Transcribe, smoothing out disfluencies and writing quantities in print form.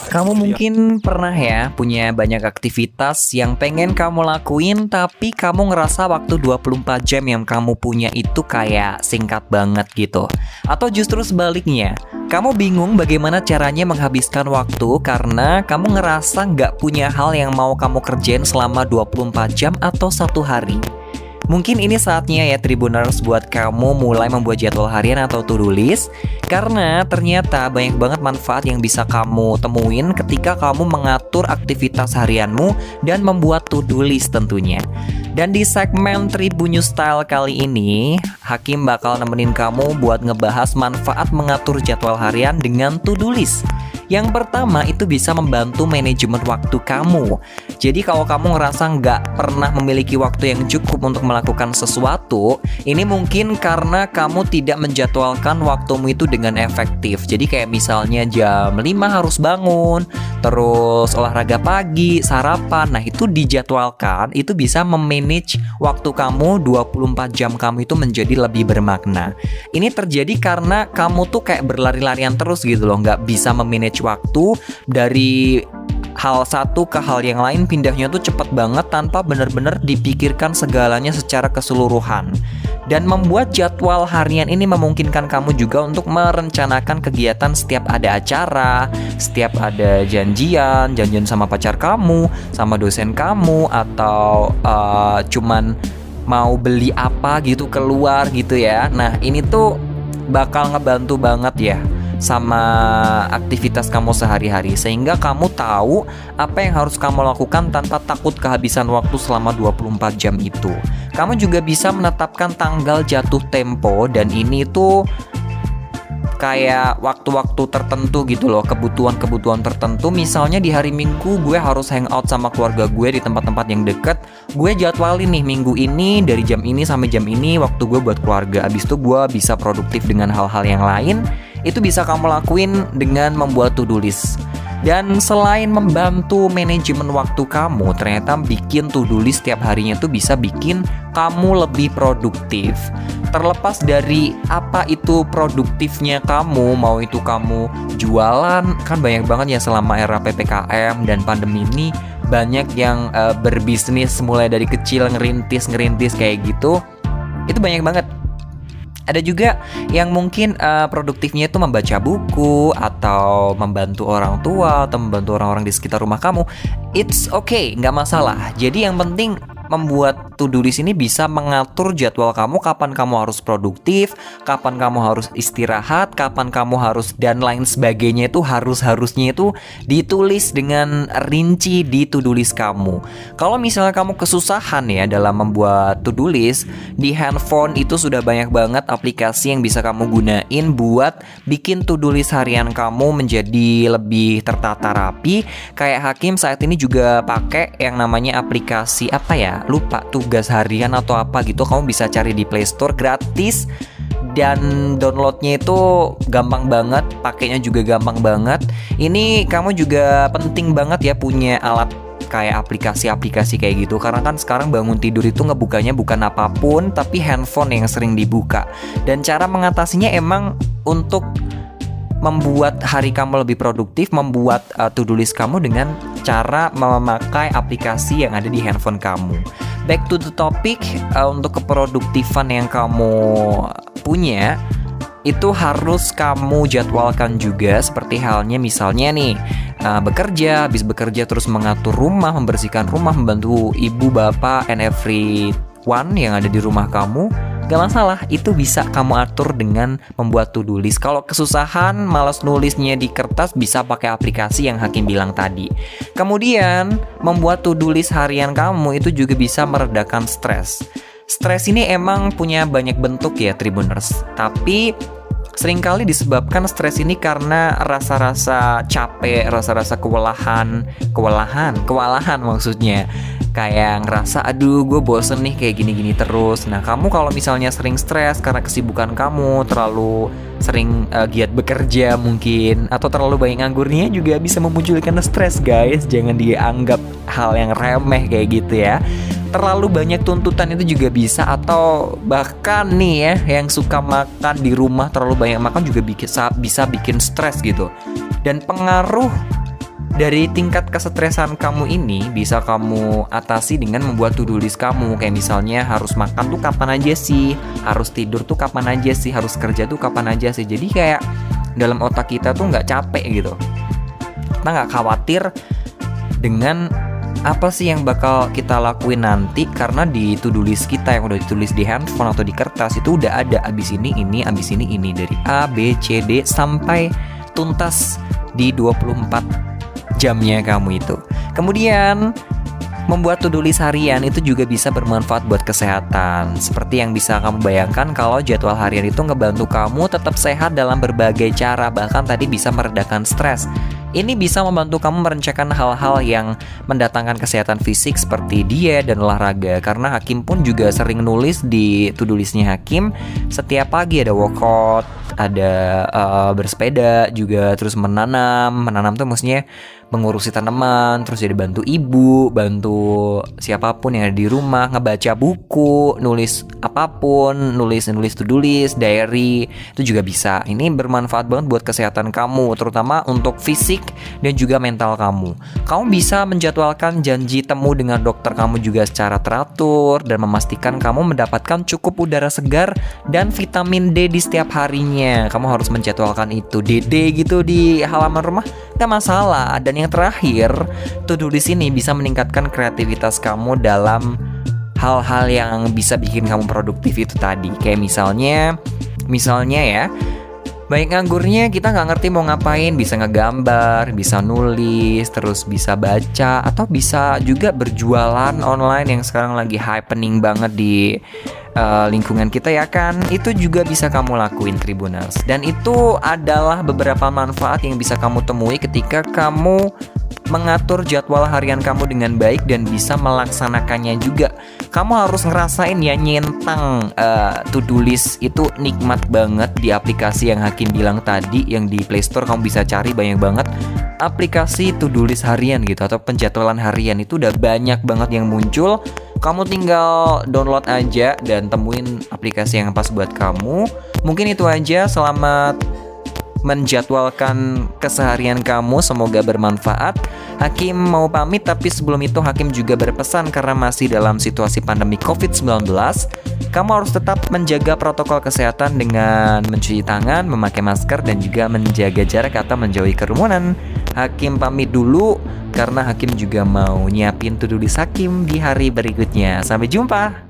Kamu mungkin pernah ya punya banyak aktivitas yang pengen kamu lakuin, tapi kamu ngerasa waktu 24 jam yang kamu punya itu kayak singkat banget gitu. Atau justru sebaliknya, kamu bingung bagaimana caranya menghabiskan waktu karena kamu ngerasa nggak punya hal yang mau kamu kerjain selama 24 jam atau satu hari. Mungkin ini saatnya ya Tribuners buat kamu mulai membuat jadwal harian atau to-do list. Karena ternyata banyak banget manfaat yang bisa kamu temuin ketika kamu mengatur aktivitas harianmu dan membuat to-do list tentunya. Dan di segmen Tribun News Style kali ini, Hakim bakal nemenin kamu buat ngebahas manfaat mengatur jadwal harian dengan to-do list. Yang pertama itu bisa membantu manajemen waktu kamu. Jadi kalau kamu ngerasa nggak pernah memiliki waktu yang cukup untuk melakukan sesuatu, ini mungkin karena kamu tidak menjadwalkan waktumu itu dengan efektif. Jadi kayak misalnya jam 5 harus bangun, terus olahraga pagi, sarapan. Nah itu dijadwalkan, itu bisa memanage waktu kamu 24 jam kamu itu menjadi lebih bermakna. Ini terjadi karena kamu tuh kayak berlari-larian terus gitu loh, nggak bisa memanage waktu dari hal satu ke hal yang lain, pindahnya tuh cepet banget tanpa benar-benar dipikirkan segalanya secara keseluruhan. Dan membuat jadwal harian ini memungkinkan kamu juga untuk merencanakan kegiatan setiap ada acara, setiap ada janjian sama pacar kamu, sama dosen kamu, atau cuman mau beli apa gitu keluar gitu ya. Nah ini tuh bakal ngebantu banget ya sama aktivitas kamu sehari-hari, sehingga kamu tahu apa yang harus kamu lakukan tanpa takut kehabisan waktu selama 24 jam itu. Kamu juga bisa menetapkan tanggal jatuh tempo, dan ini tuh kayak waktu-waktu tertentu gitu loh, kebutuhan-kebutuhan tertentu. Misalnya di hari Minggu gue harus hangout sama keluarga gue di tempat-tempat yang deket. Gue jadwalin nih minggu ini dari jam ini sampai jam ini waktu gue buat keluarga. Abis itu gue bisa produktif dengan hal-hal yang lain. Itu bisa kamu lakuin dengan membuat to-do list. Dan selain membantu manajemen waktu kamu, ternyata bikin to-do list setiap harinya tuh bisa bikin kamu lebih produktif. Terlepas dari apa itu produktifnya kamu, mau itu kamu jualan, kan banyak banget ya selama era PPKM dan pandemi ini, banyak yang berbisnis mulai dari kecil, ngerintis kayak gitu. Itu banyak banget. Ada juga yang mungkin produktifnya itu membaca buku atau membantu orang tua atau membantu orang-orang di sekitar rumah kamu. It's okay, nggak masalah. Jadi yang penting membuat to-do list ini bisa mengatur jadwal kamu, kapan kamu harus produktif, kapan kamu harus istirahat, kapan kamu harus dan lain sebagainya. Itu harusnya itu ditulis dengan rinci di to-do list kamu. Kalau misalnya kamu kesusahan ya dalam membuat to-do list, di handphone itu sudah banyak banget aplikasi yang bisa kamu gunain buat bikin to-do list harian kamu menjadi lebih tertata rapi. Kayak Hakim saat ini juga pakai yang namanya aplikasi apa ya? Lupa, tugas harian atau apa gitu. Kamu bisa cari di Play Store, gratis. Dan downloadnya itu gampang banget, pakainya juga gampang banget. Ini kamu juga penting banget ya punya alat kayak aplikasi-aplikasi kayak gitu. Karena kan sekarang bangun tidur itu ngebukanya bukan apapun, tapi handphone yang sering dibuka. Dan cara mengatasinya emang untuk membuat hari kamu lebih produktif, membuat to-do list kamu dengan cara memakai aplikasi yang ada di handphone kamu. Back to the topic, untuk keproduktifan yang kamu punya itu harus kamu jadwalkan juga. Seperti halnya misalnya nih bekerja, habis bekerja terus mengatur rumah, membersihkan rumah, membantu ibu, bapak, and everyone yang ada di rumah kamu. Gak masalah, itu bisa kamu atur dengan membuat to-do list. Kalau kesusahan, malas nulisnya di kertas, bisa pakai aplikasi yang Hakim bilang tadi. Kemudian, membuat to-do list harian kamu itu juga bisa meredakan stres. Stres ini emang punya banyak bentuk ya Tribuners. Tapi seringkali disebabkan stres ini karena rasa-rasa capek, rasa-rasa kewalahan maksudnya. Kayak ngerasa aduh gue bosen nih kayak gini-gini terus. Nah kamu kalau misalnya sering stres karena kesibukan kamu, terlalu sering giat bekerja mungkin, atau terlalu banyak nganggurnya juga bisa memunculkan stres guys. Jangan dianggap hal yang remeh kayak gitu ya. Terlalu banyak tuntutan itu juga bisa, atau bahkan nih ya yang suka makan di rumah terlalu banyak makan juga bisa bikin stres gitu. Dan pengaruh Dari tingkat kesetresan kamu ini bisa kamu atasi dengan membuat to-do list kamu. Kayak misalnya harus makan tuh kapan aja sih, harus tidur tuh kapan aja sih, harus kerja tuh kapan aja sih. Jadi kayak dalam otak kita tuh nggak capek gitu. Kita nggak khawatir dengan apa sih yang bakal kita lakuin nanti, karena di to-do list kita yang udah ditulis di handphone atau di kertas itu udah ada abis ini, abis ini, dari A, B, C, D sampai tuntas di 24 jamnya kamu itu. Kemudian membuat to-do list harian itu juga bisa bermanfaat buat kesehatan. Seperti yang bisa kamu bayangkan kalau jadwal harian itu ngebantu kamu tetap sehat dalam berbagai cara. Bahkan tadi bisa meredakan stres. Ini bisa membantu kamu merencanakan hal-hal yang mendatangkan kesehatan fisik seperti diet dan olahraga. Karena Hakim pun juga sering nulis di to-do listnya Hakim, setiap pagi ada workout, ada bersepeda juga, terus menanam tuh maksudnya mengurusi tanaman, terus jadi bantu ibu, bantu siapapun yang ada di rumah, ngebaca buku, nulis apapun, nulis to-do list, diary, itu juga bisa. Ini bermanfaat banget buat kesehatan kamu, terutama untuk fisik dan juga mental kamu. Kamu bisa menjadwalkan janji temu dengan dokter kamu juga secara teratur dan memastikan kamu mendapatkan cukup udara segar dan vitamin D di setiap harinya. Kamu harus menjadwalkan itu, DD gitu di halaman rumah, gak masalah. Dan yang terakhir, to-do list ini bisa meningkatkan kreativitas kamu dalam hal-hal yang bisa bikin kamu produktif itu tadi. Kayak misalnya ya, baik nganggurnya kita nggak ngerti mau ngapain, bisa ngegambar, bisa nulis, terus bisa baca, atau bisa juga berjualan online yang sekarang lagi happening banget di lingkungan kita ya kan. Itu juga bisa kamu lakuin, Tribuners. Dan itu adalah beberapa manfaat yang bisa kamu temui ketika kamu mengatur jadwal harian kamu dengan baik dan bisa melaksanakannya juga. Kamu harus ngerasain ya, nyentang to-do list itu nikmat banget di aplikasi yang Hakim bilang tadi, yang di Play Store kamu bisa cari banyak banget aplikasi to-do list harian gitu, atau penjadwalan harian. Itu udah banyak banget yang muncul. Kamu tinggal download aja dan temuin aplikasi yang pas buat kamu. Mungkin itu aja, selamat menjadwalkan keseharian kamu, semoga bermanfaat. Hakim mau pamit, tapi sebelum itu Hakim juga berpesan karena masih dalam situasi pandemi COVID-19, kamu harus tetap menjaga protokol kesehatan dengan mencuci tangan, memakai masker, dan juga menjaga jarak atau menjauhi kerumunan. Hakim pamit dulu karena Hakim juga mau nyiapin to-do list Hakim di hari berikutnya. Sampai jumpa.